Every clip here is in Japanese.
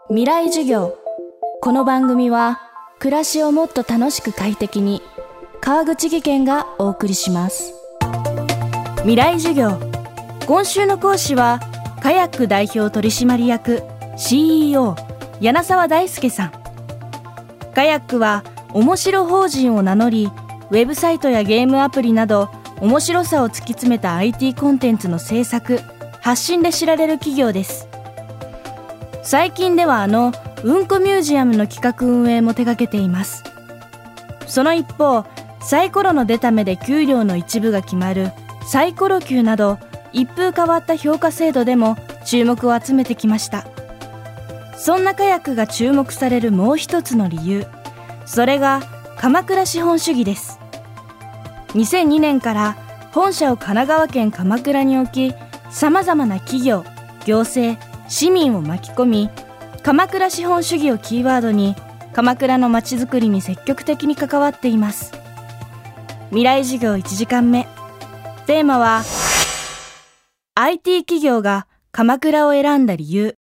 未来授業。この番組は暮らしをもっと楽しく快適に、川口義賢がお送りします。未来授業。今週の講師はカヤック代表取締役 CEO 柳沢大輔さん。カヤックは面白法人を名乗り、ウェブサイトやゲームアプリなど面白さを突き詰めた IT コンテンツの制作・発信で知られる企業です。最近ではうんこミュージアムの企画運営も手掛けています。その一方、サイコロの出た目で給料の一部が決まるサイコロ給など、一風変わった評価制度でも注目を集めてきました。そんなカヤックが注目されるもう一つの理由、それが鎌倉資本主義です。2002年から本社を神奈川県鎌倉に置き、様々な企業、行政、市民を巻き込み、鎌倉資本主義をキーワードに鎌倉の街づくりに積極的に関わっています。未来授業1時間目、テーマは IT 企業が鎌倉を選んだ理由。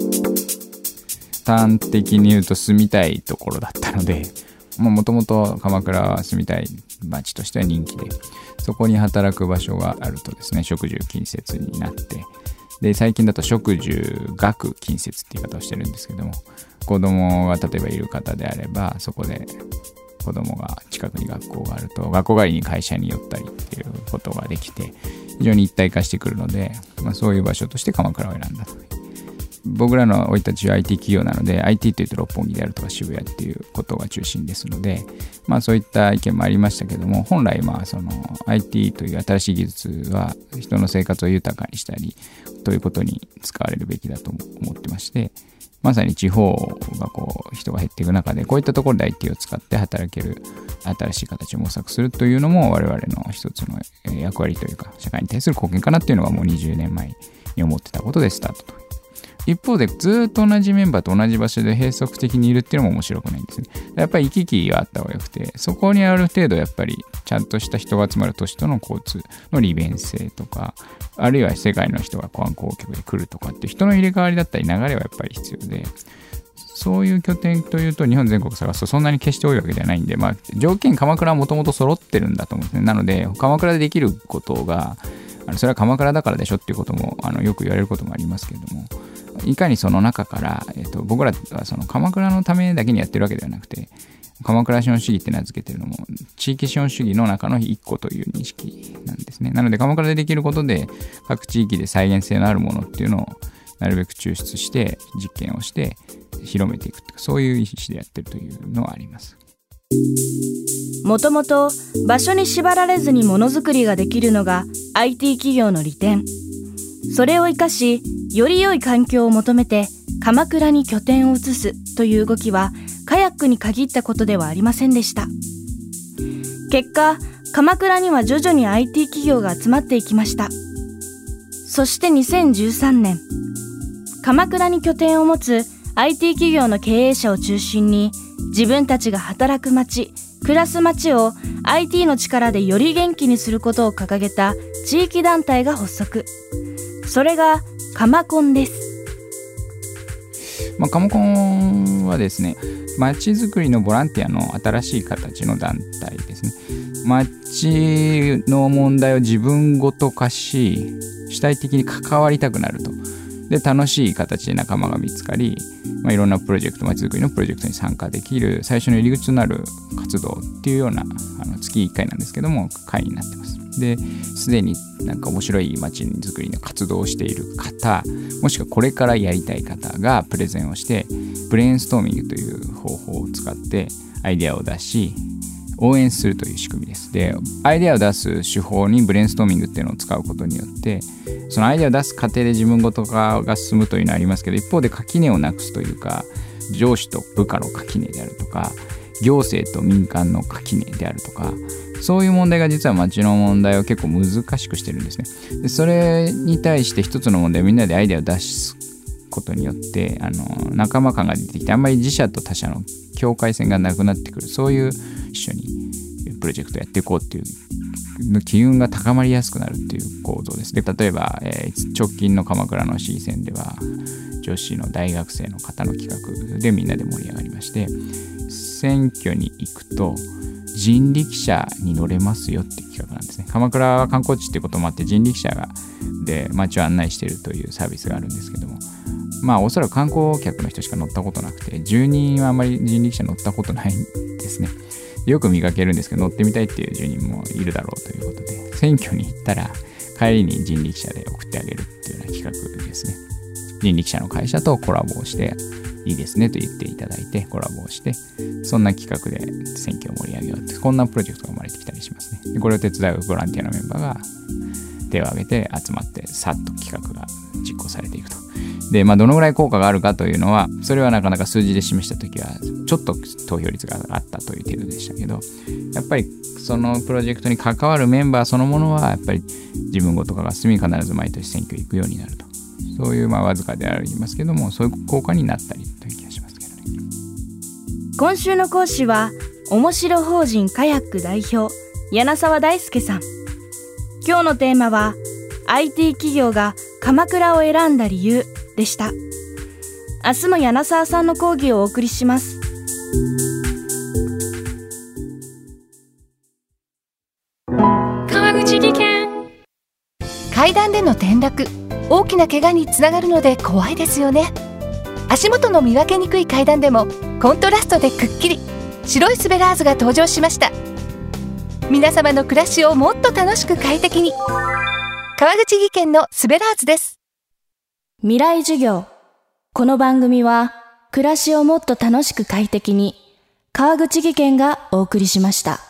端的に言うと住みたいところだったので、もともと鎌倉は住みたい街としては人気で、そこに働く場所があるとですね、職住近接になって、で最近だと職住学近接って言い方をしてるんですけども、子供が例えばいる方であれば、そこで子供が近くに学校があると学校帰りに会社に寄ったりっていうことができて、非常に一体化してくるので、そういう場所として鎌倉を選んだと。僕らの生い立ちは IT 企業なので、 IT というと六本木であるとか渋谷っていうことが中心ですので、そういった意見もありましたけども、本来その IT という新しい技術は人の生活を豊かにしたりということに使われるべきだと思ってまして、まさに地方が人が減っていく中で、こういったところで IT を使って働ける新しい形を模索するというのも我々の一つの役割というか、社会に対する貢献かなっていうのがもう20年前に思ってたことでスタートと。一方でずっと同じメンバーと同じ場所で閉塞的にいるっていうのも面白くないんですね。やっぱり行き来があった方がよくて、そこにある程度やっぱりちゃんとした人が集まる都市との交通の利便性とか、あるいは世界の人が観光客で来るとかっていう人の入れ替わりだったり流れはやっぱり必要で、そういう拠点というと日本全国探すとそんなに決して多いわけではないんで、条件鎌倉はもともと揃ってるんだと思うんですね。なので鎌倉でできることが、それは鎌倉だからでしょっていうこともよく言われることもありますけれども、いかにその中から、僕らはその鎌倉のためだけにやってるわけではなくて、鎌倉資本主義って名付けてるのも地域資本主義の中の一個という認識なんですね。なので鎌倉でできることで各地域で再現性のあるものっていうのをなるべく抽出して実験をして広めていく、そういう意思でやってるというのはあります。 もともと場所に縛られずにものづくりができるのが IT 企業の利点。それを生かし、より良い環境を求めて鎌倉に拠点を移すという動きはカヤックに限ったことではありませんでした。結果、鎌倉には徐々に IT 企業が集まっていきました。そして2013年、鎌倉に拠点を持つ IT 企業の経営者を中心に、自分たちが働く街、暮らす街を IT の力でより元気にすることを掲げた地域団体が発足。それがカマコンです。 カマコンはですね、街づくりのボランティアの新しい形の団体ですね。街の問題を自分ごと化し、主体的に関わりたくなると。で、楽しい形で仲間が見つかり、いろんなプロジェクト、街づくりのプロジェクトに参加できる最初の入り口となる活動っていうような、月1回なんですけども、会になってます。で、すでに面白い街づくりの活動をしている方、もしくはこれからやりたい方がプレゼンをして、ブレインストーミングという方法を使ってアイデアを出し、応援するという仕組みです。で、アイデアを出す手法にブレインストーミングっていうのを使うことによって、そのアイデアを出す過程で自分ごと化が進むというのはありますけど、一方で垣根をなくすというか、上司と部下の垣根であるとか、行政と民間の垣根であるとか、そういう問題が実は街の問題を結構難しくしてるんですね。で、それに対して一つの問題をみんなでアイデアを出すことによって、仲間感が出てきて、あんまり自社と他社の境界線がなくなってくる、そういう一緒にプロジェクトやっていこうっていうの機運が高まりやすくなるっていう構造ですね。例えば、直近の鎌倉の市議選では女子の大学生の方の企画でみんなで盛り上がりまして、選挙に行くと人力車に乗れますよっていう企画なんですね。鎌倉は観光地ってこともあって人力車で街を案内しているというサービスがあるんですけども、おそらく観光客の人しか乗ったことなくて、住人はあまり人力車乗ったことないんですね。よく見かけるんですけど、乗ってみたいっていう住人もいるだろうということで、選挙に行ったら帰りに人力車で送ってあげるっていうような企画ですね。人力車の会社とコラボをしていいですねと言っていただいてコラボをして、そんな企画で選挙を盛り上げようって、こんなプロジェクトが生まれてきたりしますね。でこれを手伝うボランティアのメンバーが手を挙げて集まってさっと企画が実行されていくと。で、どのぐらい効果があるかというのは、それはなかなか数字で示したときはちょっと投票率があったという程度でしたけど、やっぱりそのプロジェクトに関わるメンバーそのものはやっぱり自分ごとが済み必ず毎年選挙行くようになると、そういうわずかでありますけども、そういう効果になったりという気がしますけどね。 今週の講師は面白法人カヤック代表柳沢大輔さん。今日のテーマは IT 企業が鎌倉を選んだ理由でした。明日も柳沢さんの講義をお送りします。 川口技研。階段での転落、大きな怪我につながるので怖いですよね。足元の見分けにくい階段でもコントラストでくっきり白いスベラーズが登場しました。皆様の暮らしをもっと楽しく快適に、川口技研のスベラーズです。 未来授業。この番組は暮らしをもっと楽しく快適に、川口技研がお送りしました。